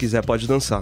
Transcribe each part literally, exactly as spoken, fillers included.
quiser pode dançar.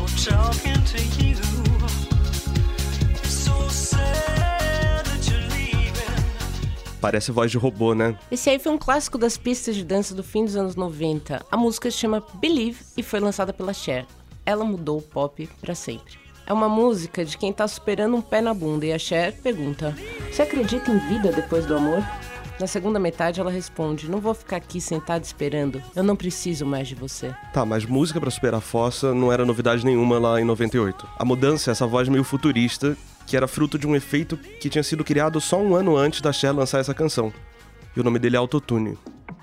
Parece voz de robô, né? Esse aí foi um clássico das pistas de dança do fim dos anos noventa. A música se chama Believe e foi lançada pela Cher. Ela mudou o pop pra sempre. É uma música de quem tá superando um pé na bunda e a Cher pergunta: você acredita em vida depois do amor? Na segunda metade ela responde: não vou ficar aqui sentada esperando, eu não preciso mais de você. Tá, mas música pra superar a fossa não era novidade nenhuma lá em noventa e oito. A mudança é essa voz meio futurista, que era fruto de um efeito que tinha sido criado só um ano antes da Cher lançar essa canção. E o nome dele é Autotune.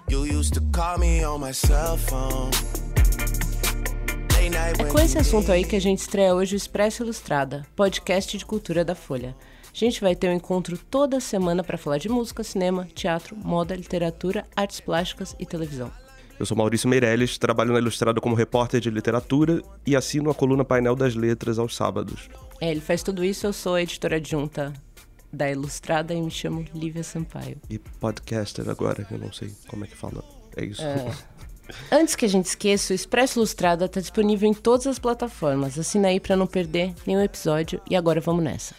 É com esse assunto aí que a gente estreia hoje o Expresso Ilustrada, podcast de cultura da Folha. A gente vai ter um encontro toda semana para falar de música, cinema, teatro, moda, literatura, artes plásticas e televisão. Eu sou Maurício Meirelles, trabalho na Ilustrada como repórter de literatura e assino a coluna Painel das Letras aos sábados. É, ele faz tudo isso, eu sou a editora adjunta da Ilustrada e me chamo Lívia Sampaio. E podcaster agora, eu não sei como é que fala. É isso. É. Antes que a gente esqueça, o Expresso Ilustrada está disponível em todas as plataformas. Assina aí para não perder nenhum episódio e agora vamos nessa.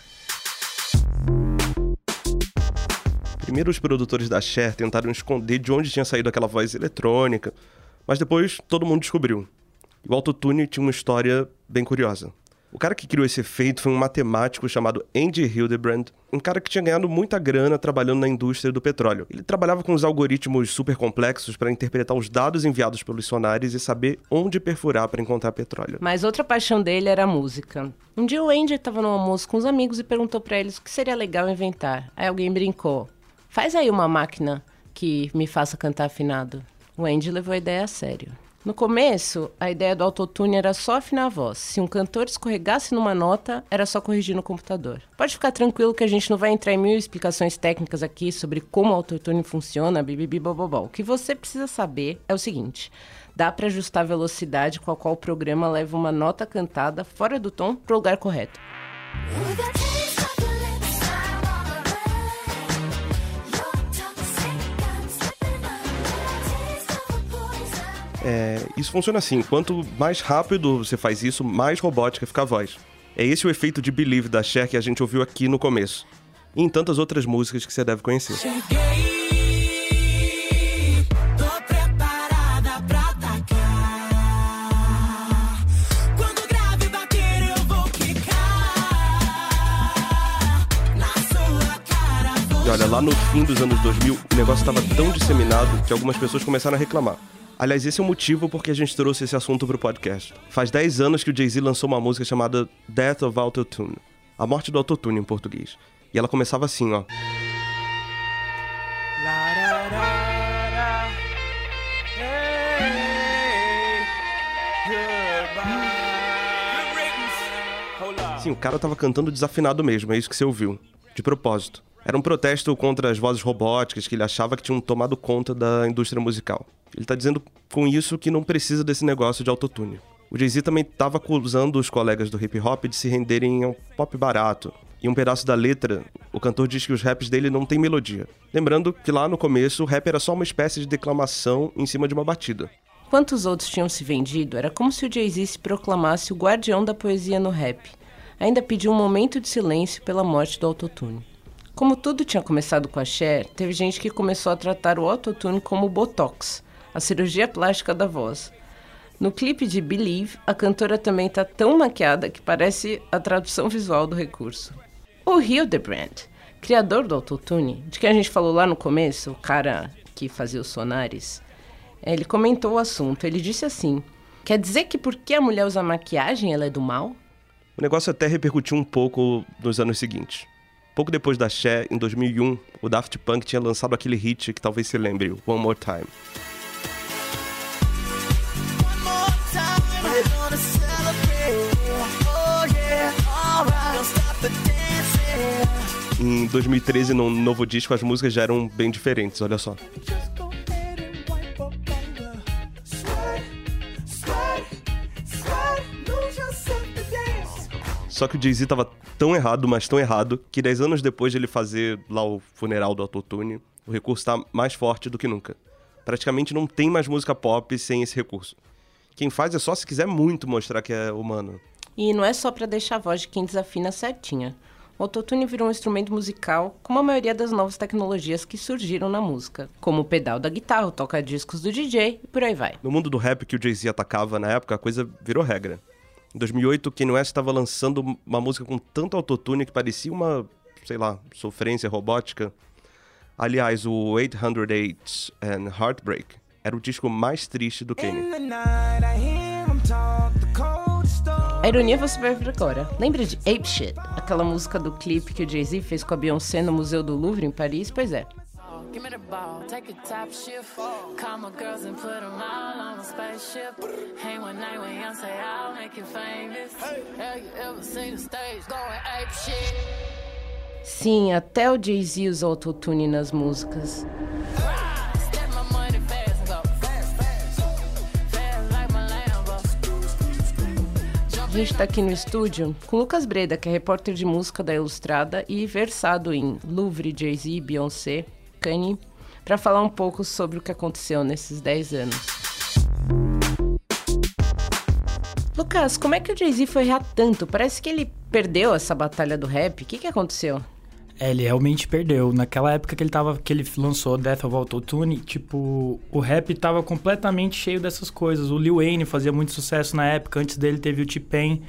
Primeiro os produtores da Cher tentaram esconder de onde tinha saído aquela voz eletrônica, mas depois todo mundo descobriu. E o Autotune tinha uma história bem curiosa. O cara que criou esse efeito foi um matemático chamado Andy Hildebrand, um cara que tinha ganhado muita grana trabalhando na indústria do petróleo. Ele trabalhava com os algoritmos super complexos para interpretar os dados enviados pelos sonares e saber onde perfurar para encontrar petróleo. Mas outra paixão dele era a música. Um dia o Andy estava no almoço com os amigos e perguntou para eles o que seria legal inventar. Aí alguém brincou: faz aí uma máquina que me faça cantar afinado. O Andy levou a ideia a sério. No começo, a ideia do autotune era só afinar a voz. Se um cantor escorregasse numa nota, era só corrigir no computador. Pode ficar tranquilo que a gente não vai entrar em mil explicações técnicas aqui sobre como o autotune funciona, bibibibobobó. O que você precisa saber é o seguinte: dá para ajustar a velocidade com a qual o programa leva uma nota cantada fora do tom para o lugar correto. É, isso funciona assim: quanto mais rápido você faz isso, mais robótica fica a voz. É esse o efeito de Believe da Cher que a gente ouviu aqui no começo. E em tantas outras músicas que você deve conhecer. Cheguei, tô preparada pra atacar. Quando o grave bater eu vou quicar. Na sua cara vou. E olha, lá no fim dos anos dois mil, o negócio estava tão disseminado que algumas pessoas começaram a reclamar. Aliás, esse é o motivo por que a gente trouxe esse assunto pro podcast. Faz dez anos que o Jay-Z lançou uma música chamada Death of Autotune, a morte do autotune em português. E ela começava assim, ó. Sim, o cara tava cantando desafinado mesmo, é isso que você ouviu. De propósito. Era um protesto contra as vozes robóticas que ele achava que tinham tomado conta da indústria musical. Ele tá dizendo com isso que não precisa desse negócio de autotune. O Jay-Z também tava acusando os colegas do hip-hop de se renderem a um pop barato. E um pedaço da letra, o cantor diz que os raps dele não tem melodia. Lembrando que lá no começo o rap era só uma espécie de declamação em cima de uma batida. Enquanto os outros tinham se vendido, era como se o Jay-Z se proclamasse o guardião da poesia no rap. Ainda pediu um momento de silêncio pela morte do autotune. Como tudo tinha começado com a Cher, teve gente que começou a tratar o autotune como Botox, a cirurgia plástica da voz. No clipe de Believe, a cantora também está tão maquiada que parece a tradução visual do recurso. O Hildebrand, criador do autotune, de quem a gente falou lá no começo, o cara que fazia os sonares, ele comentou o assunto. Ele disse assim: quer dizer que porque a mulher usa maquiagem, ela é do mal? O negócio até repercutiu um pouco nos anos seguintes. Pouco depois da Cher, em dois mil e um, o Daft Punk tinha lançado aquele hit que talvez se lembre, One More Time. Em dois mil e treze, num novo disco, as músicas já eram bem diferentes, olha só. Só que o Jay-Z tava tão errado, mas tão errado, que dez anos depois de ele fazer lá o funeral do autotune, o recurso tá mais forte do que nunca. Praticamente não tem mais música pop sem esse recurso. Quem faz é só se quiser muito mostrar que é humano. E não é só pra deixar a voz de quem desafina certinha. O autotune virou um instrumento musical, como a maioria das novas tecnologias que surgiram na música, como o pedal da guitarra, o toca-discos do D J e por aí vai. No mundo do rap que o Jay-Z atacava na época, a coisa virou regra. Em dois mil e oito, Kanye West estava lançando uma música com tanto autotune que parecia uma, sei lá, sofrência robótica. Aliás, o oito zero oito and Heartbreak era o disco mais triste do Kanye. A ironia você vai ver agora. Lembra de Ape Shit? Aquela música do clipe que o Jay-Z fez com a Beyoncé no Museu do Louvre, em Paris? Pois é. Give me the ball, take a top shift. Call my girls and put them all on a spaceship. Hang one night with Beyonce, I'll make you famous. Have you ever seen the stage going ape shit? Sim, até o Jay-Z usa autotune nas músicas. Step my money fast and go fast, fast, fast like my Lambo. A gente tá aqui no estúdio com o Lucas Breda, que é repórter de música da Ilustrada e versado em Louvre, Jay-Z, Beyoncé, Kanye, para falar um pouco sobre o que aconteceu nesses dez anos. Lucas, como é que o Jay-Z foi errar tanto? Parece que ele perdeu essa batalha do rap. O que, que aconteceu? É, ele realmente perdeu. Naquela época que ele, tava, que ele lançou Death of Autotune, tipo, o rap tava completamente cheio dessas coisas. O Lil Wayne fazia muito sucesso na época, antes dele teve o T-Pain.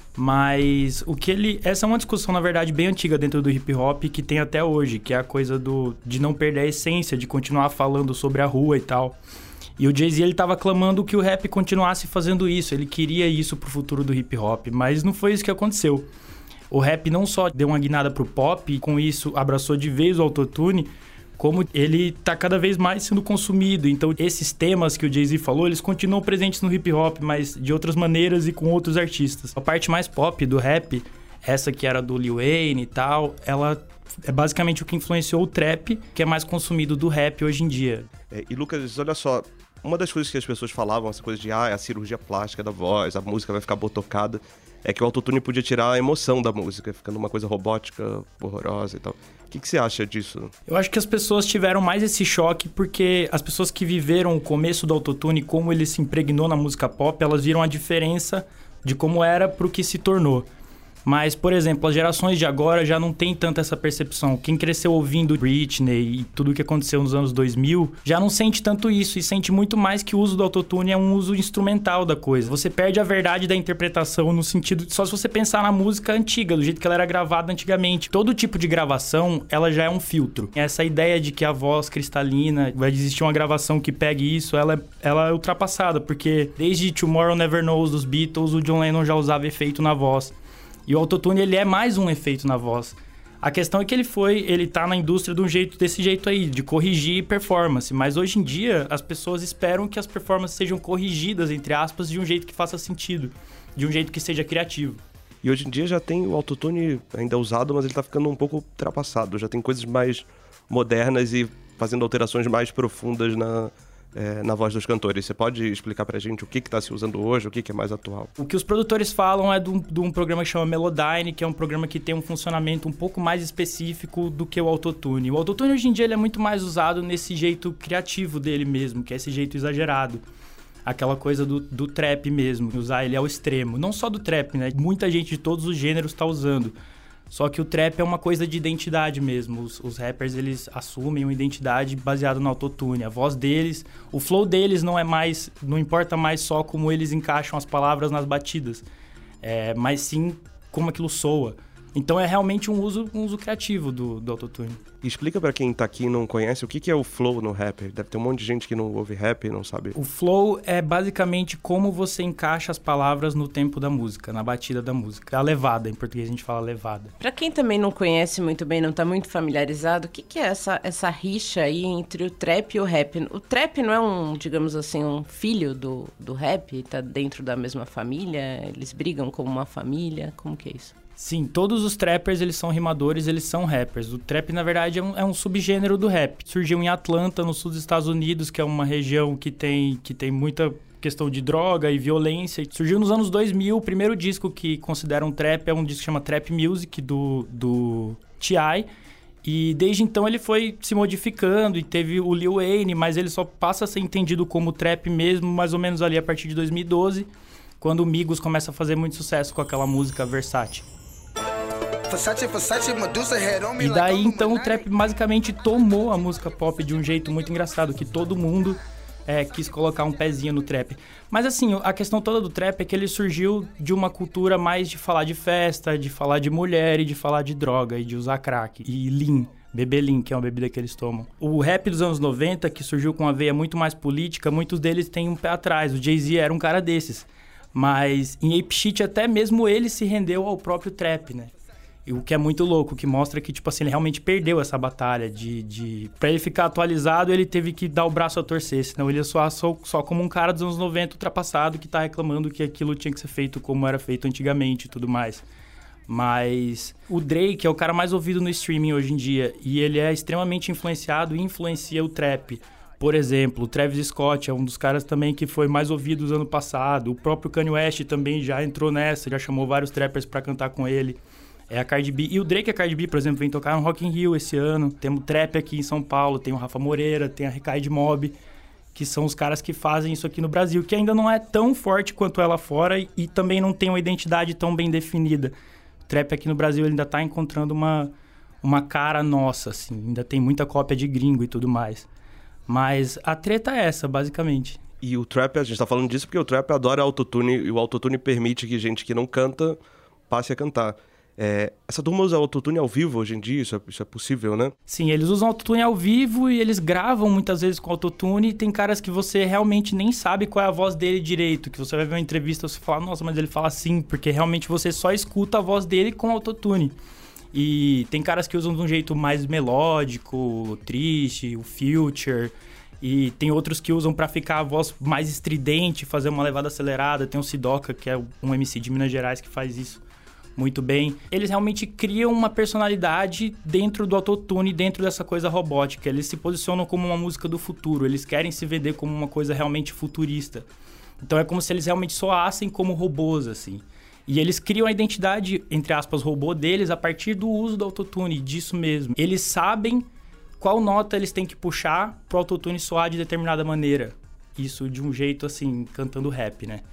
Mas o que ele... Essa é uma discussão, na verdade, bem antiga dentro do hip-hop, que tem até hoje, que é a coisa do, de não perder a essência, de continuar falando sobre a rua e tal. E o Jay-Z, ele tava clamando que o rap continuasse fazendo isso, ele queria isso pro futuro do hip-hop, mas não foi isso que aconteceu. O rap não só deu uma guinada pro pop, e com isso abraçou de vez o autotune, como ele tá cada vez mais sendo consumido. Então, esses temas que o Jay-Z falou, eles continuam presentes no hip-hop, mas de outras maneiras e com outros artistas. A parte mais pop do rap, essa que era do Lil Wayne e tal, ela é basicamente o que influenciou o trap, que é mais consumido do rap hoje em dia. É, e Lucas, olha só, uma das coisas que as pessoas falavam, essa coisa de, ah, é a cirurgia plástica da voz, a música vai ficar botocada, é que o autotune podia tirar a emoção da música, ficando uma coisa robótica, horrorosa e tal. O que, que você acha disso? Eu acho que as pessoas tiveram mais esse choque porque as pessoas que viveram o começo do autotune, como ele se impregnou na música pop, elas viram a diferença de como era pro que se tornou. Mas, por exemplo, as gerações de agora já não tem tanta essa percepção. Quem cresceu ouvindo Britney e tudo o que aconteceu nos anos dois mil, já não sente tanto isso e sente muito mais que o uso do autotune é um uso instrumental da coisa. Você perde a verdade da interpretação no sentido... Só se você pensar na música antiga, do jeito que ela era gravada antigamente. Todo tipo de gravação, ela já é um filtro. Essa ideia de que a voz cristalina, vai existir uma gravação que pegue isso, ela, ela é ultrapassada. Porque desde Tomorrow Never Knows dos Beatles, o John Lennon já usava efeito na voz. E o autotune, ele é mais um efeito na voz. A questão é que ele foi, ele tá na indústria de um jeito, desse jeito aí, de corrigir performance. Mas hoje em dia, as pessoas esperam que as performances sejam corrigidas, entre aspas, de um jeito que faça sentido. De um jeito que seja criativo. E hoje em dia já tem o autotune ainda usado, mas ele tá ficando um pouco ultrapassado. Já tem coisas mais modernas e fazendo alterações mais profundas na... É, na voz dos cantores. Você pode explicar pra gente o que que tá se usando hoje, o que que é mais atual? O que os produtores falam é de um, de um programa que chama Melodyne, que é um programa que tem um funcionamento um pouco mais específico do que o autotune. O autotune hoje em dia ele é muito mais usado nesse jeito criativo dele mesmo, que é esse jeito exagerado. Aquela coisa do, do trap mesmo, usar ele ao extremo. Não só do trap, né? Muita gente de todos os gêneros tá usando. Só que o trap é uma coisa de identidade mesmo. Os, os rappers, eles assumem uma identidade baseada no autotune. A voz deles, o flow deles não é mais... Não importa mais só como eles encaixam as palavras nas batidas. É, mas sim como aquilo soa. Então é realmente um uso, um uso criativo do, do autotune. E explica pra quem tá aqui e não conhece o que que é o flow no rap. Deve ter um monte de gente que não ouve rap e não sabe. O flow é basicamente como você encaixa as palavras no tempo da música, na batida da música. A levada, em português a gente fala levada. Pra quem também não conhece muito bem, não tá muito familiarizado, o que que é essa, essa rixa aí entre o trap e o rap? O trap não é um, digamos assim, um filho do, do rap? Tá dentro da mesma família? Eles brigam como uma família? Como que é isso? Sim, todos os trappers, eles são rimadores, eles são rappers. O trap, na verdade, é um, é um subgênero do rap. Surgiu em Atlanta, no sul dos Estados Unidos, que é uma região que tem, que tem muita questão de droga e violência. Surgiu nos anos dois mil, o primeiro disco que consideram trap é um disco que chama Trap Music, do, do T I E desde então ele foi se modificando e teve o Lil Wayne, mas ele só passa a ser entendido como trap mesmo mais ou menos ali a partir de dois mil e doze, quando o Migos começa a fazer muito sucesso com aquela música Versace. E daí então o trap basicamente tomou a música pop de um jeito muito engraçado, que todo mundo é, quis colocar um pezinho no trap. Mas assim, a questão toda do trap é que ele surgiu de uma cultura mais de falar de festa, de falar de mulher e de falar de droga e de usar crack. E lean, beber lean, que é uma bebida que eles tomam. O rap dos anos noventa, que surgiu com uma veia muito mais política, muitos deles têm um pé atrás. O Jay-Z era um cara desses. Mas em Ape Shit até mesmo ele se rendeu ao próprio trap, né? O que é muito louco, que mostra que, tipo assim, ele realmente perdeu essa batalha de... de... Pra ele ficar atualizado, ele teve que dar o braço a torcer, senão ele ia soar só, só como um cara dos anos noventa ultrapassado que tá reclamando que aquilo tinha que ser feito como era feito antigamente e tudo mais. Mas o Drake é o cara mais ouvido no streaming hoje em dia e ele é extremamente influenciado e influencia o trap. Por exemplo, o Travis Scott é um dos caras também que foi mais ouvido no ano passado. O próprio Kanye West também já entrou nessa, já chamou vários trappers pra cantar com ele. É a Cardi B. E o Drake e a Cardi B, por exemplo, vem tocar no Rock in Rio esse ano. Temos trap aqui em São Paulo, tem o Rafa Moreira, tem a Recaide Mob, que são os caras que fazem isso aqui no Brasil, que ainda não é tão forte quanto é lá fora e, e também não tem uma identidade tão bem definida. O trap aqui no Brasil ele ainda tá encontrando uma, uma cara nossa, assim. Ainda tem muita cópia de gringo e tudo mais. Mas a treta é essa, basicamente. E o trap, a gente tá falando disso porque o trap adora autotune e o autotune permite que gente que não canta passe a cantar. É, essa turma usa autotune ao vivo hoje em dia? Isso é, isso é possível, né? Sim, eles usam autotune ao vivo e eles gravam muitas vezes com autotune. E tem caras que você realmente nem sabe qual é a voz dele direito. Que você vai ver uma entrevista e você fala, nossa, mas ele fala assim. Porque realmente você só escuta a voz dele com autotune. E tem caras que usam de um jeito mais melódico, triste, o Future. E tem outros que usam pra ficar a voz mais estridente, fazer uma levada acelerada. Tem o Sidoca, que é um M C de Minas Gerais que faz isso muito bem. Eles realmente criam uma personalidade dentro do autotune, dentro dessa coisa robótica. Eles se posicionam como uma música do futuro. Eles querem se vender como uma coisa realmente futurista. Então é como se eles realmente soassem como robôs, assim. E eles criam a identidade, entre aspas, robô deles a partir do uso do autotune, disso mesmo. Eles sabem qual nota eles têm que puxar pro autotune soar de determinada maneira. Isso de um jeito, assim, cantando rap, né?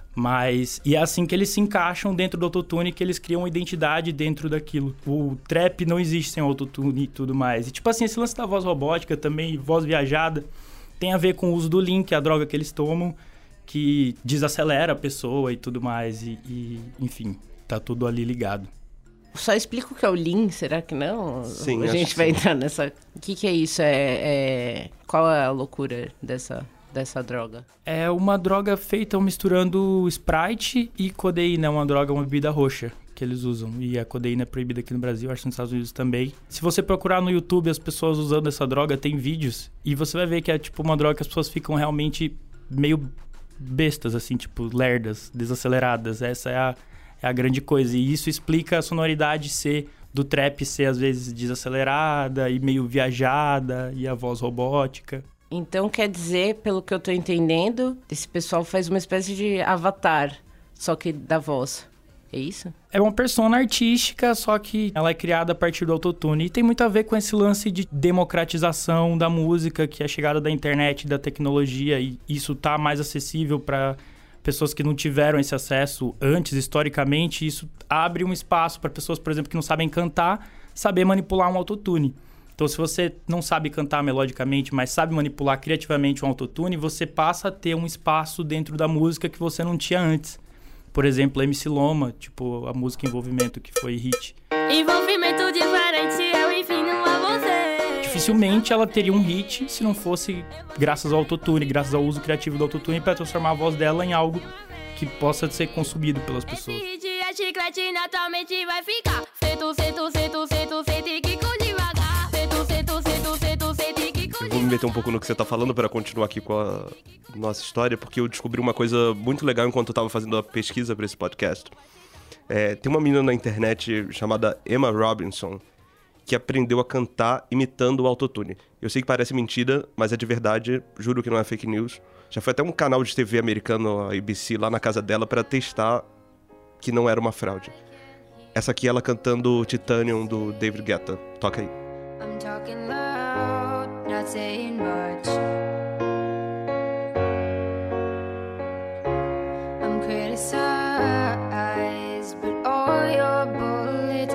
Mas... E é assim que eles se encaixam dentro do autotune, que eles criam uma identidade dentro daquilo. O trap não existe sem autotune e tudo mais. E tipo assim, esse lance da voz robótica também, voz viajada, tem a ver com o uso do Lean, que é a droga que eles tomam, que desacelera a pessoa e tudo mais. E, e enfim, tá tudo ali ligado. Só explica o que é o Lean, será que não? Sim, a gente vai sim. entrar nessa... O que, que é isso? É, é... Qual é a loucura dessa... dessa droga? É uma droga feita misturando Sprite e codeína. É uma droga, uma bebida roxa que eles usam. E a codeína é proibida aqui no Brasil, acho que nos Estados Unidos também. Se você procurar no YouTube as pessoas usando essa droga, tem vídeos. E você vai ver que é tipo uma droga que as pessoas ficam realmente meio bestas, assim, tipo lerdas, desaceleradas. Essa é a, é a grande coisa. E isso explica a sonoridade ser... do trap ser às vezes desacelerada e meio viajada. E a voz robótica. Então, quer dizer, pelo que eu tô entendendo, esse pessoal faz uma espécie de avatar, só que da voz. É isso? É uma persona artística, só que ela é criada a partir do autotune. E tem muito a ver com esse lance de democratização da música, que é a chegada da internet, da tecnologia. E isso tá mais acessível para pessoas que não tiveram esse acesso antes, historicamente. Isso abre um espaço para pessoas, por exemplo, que não sabem cantar, saber manipular um autotune. Então, se você não sabe cantar melodicamente, mas sabe manipular criativamente um autotune, você passa a ter um espaço dentro da música que você não tinha antes. Por exemplo, M C Loma, tipo a música Envolvimento, que foi hit. Envolvimento diferente, eu ensino a você. Dificilmente ela teria um hit se não fosse graças ao autotune, graças ao uso criativo do autotune para transformar a voz dela em algo que possa ser consumido pelas pessoas. Esse dia chiclete naturalmente vai ficar. Sento, sento, sento, sento, sente que com devagar. Eu vou me meter um pouco no que você tá falando para continuar aqui com a nossa história, porque eu descobri uma coisa muito legal enquanto eu tava fazendo a pesquisa para esse podcast. É, tem uma menina na internet chamada Emma Robinson que aprendeu a cantar imitando o autotune. Eu sei que parece mentira, mas é de verdade, juro que não é fake news. Já foi até um canal de T V americano, a A B C, lá na casa dela para testar que não era uma fraude. Essa aqui ela cantando Titanium do David Guetta. Toca aí. I'm talking loud, not saying much. I'm criticized, but all your bullets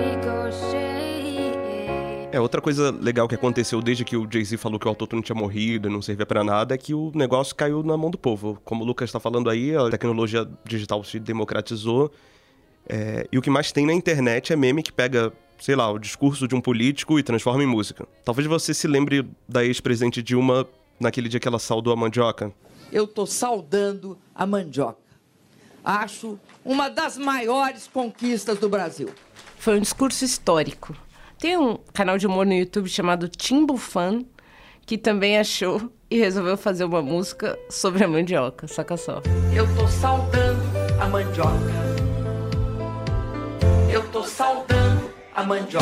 ricochet. É, outra coisa legal que aconteceu desde que o Jay-Z falou que o autotune tinha morrido e não servia pra nada é que o negócio caiu na mão do povo. Como o Lucas tá falando aí, a tecnologia digital se democratizou. É, e o que mais tem na internet é meme que pega, sei lá, o discurso de um político e transforma em música. Talvez você se lembre da ex-presidente Dilma naquele dia que ela saudou a mandioca. Eu tô saudando a mandioca. Acho uma das maiores conquistas do Brasil. Foi um discurso histórico. Tem um canal de humor no YouTube chamado Timbu Fan, que também achou e resolveu fazer uma música sobre a mandioca, saca só. Eu tô saudando a mandioca. Eu tô saudando a mandioca.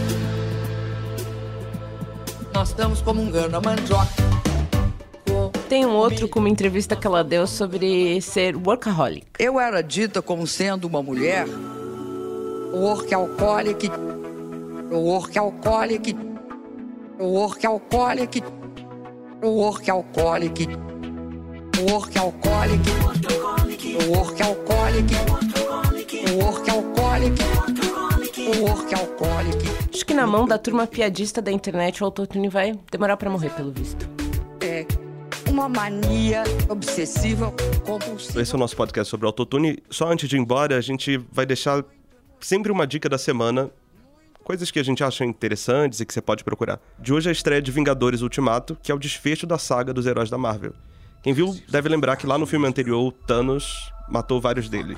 Nós estamos comungando a mandioca. Tem um outro com uma entrevista que ela deu sobre ser workaholic. Eu era dita como sendo uma mulher workaholic, workaholic, workaholic, workaholic, workaholic, workaholic, workaholic, workaholic. Acho que na mão da turma piadista da internet o autotune vai demorar pra morrer, pelo visto. É uma mania obsessiva, compulsiva. Esse é o nosso podcast sobre autotune. Só antes de ir embora, a gente vai deixar sempre uma dica da semana, coisas que a gente acha interessantes e que você pode procurar. De hoje é a estreia de Vingadores Ultimato, que é o desfecho da saga dos heróis da Marvel. Quem viu deve lembrar que lá no filme anterior, Thanos matou vários deles.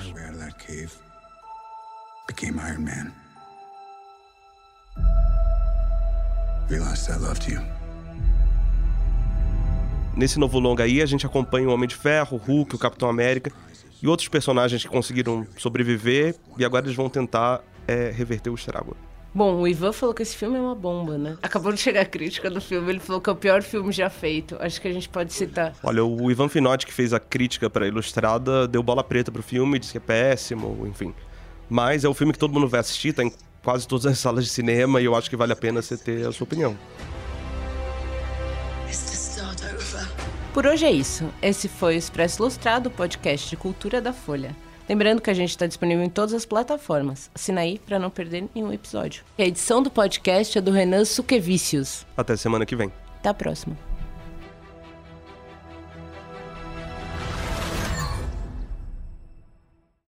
Became Iron Man. Realized I loved you. Nesse novo longa aí, a gente acompanha o Homem de Ferro, o Hulk, o Capitão América e outros personagens que conseguiram sobreviver e agora eles vão tentar é, reverter o estrago. Bom, o Ivan falou que esse filme é uma bomba, né? Acabou de chegar a crítica do filme, ele falou que é o pior filme já feito. Acho que a gente pode citar. Olha, o Ivan Finotti, que fez a crítica para a Ilustrada, deu bola preta pro filme, disse que é péssimo, enfim. Mas é o filme que todo mundo vai assistir, tá em quase todas as salas de cinema e eu acho que vale a pena você ter a sua opinião. Por hoje é isso. Esse foi o Expresso Ilustrado, o podcast de cultura da Folha. Lembrando que a gente está disponível em todas as plataformas. Assina aí para não perder nenhum episódio. A edição do podcast é do Renan Suquevicius. Até semana que vem. Até a próxima.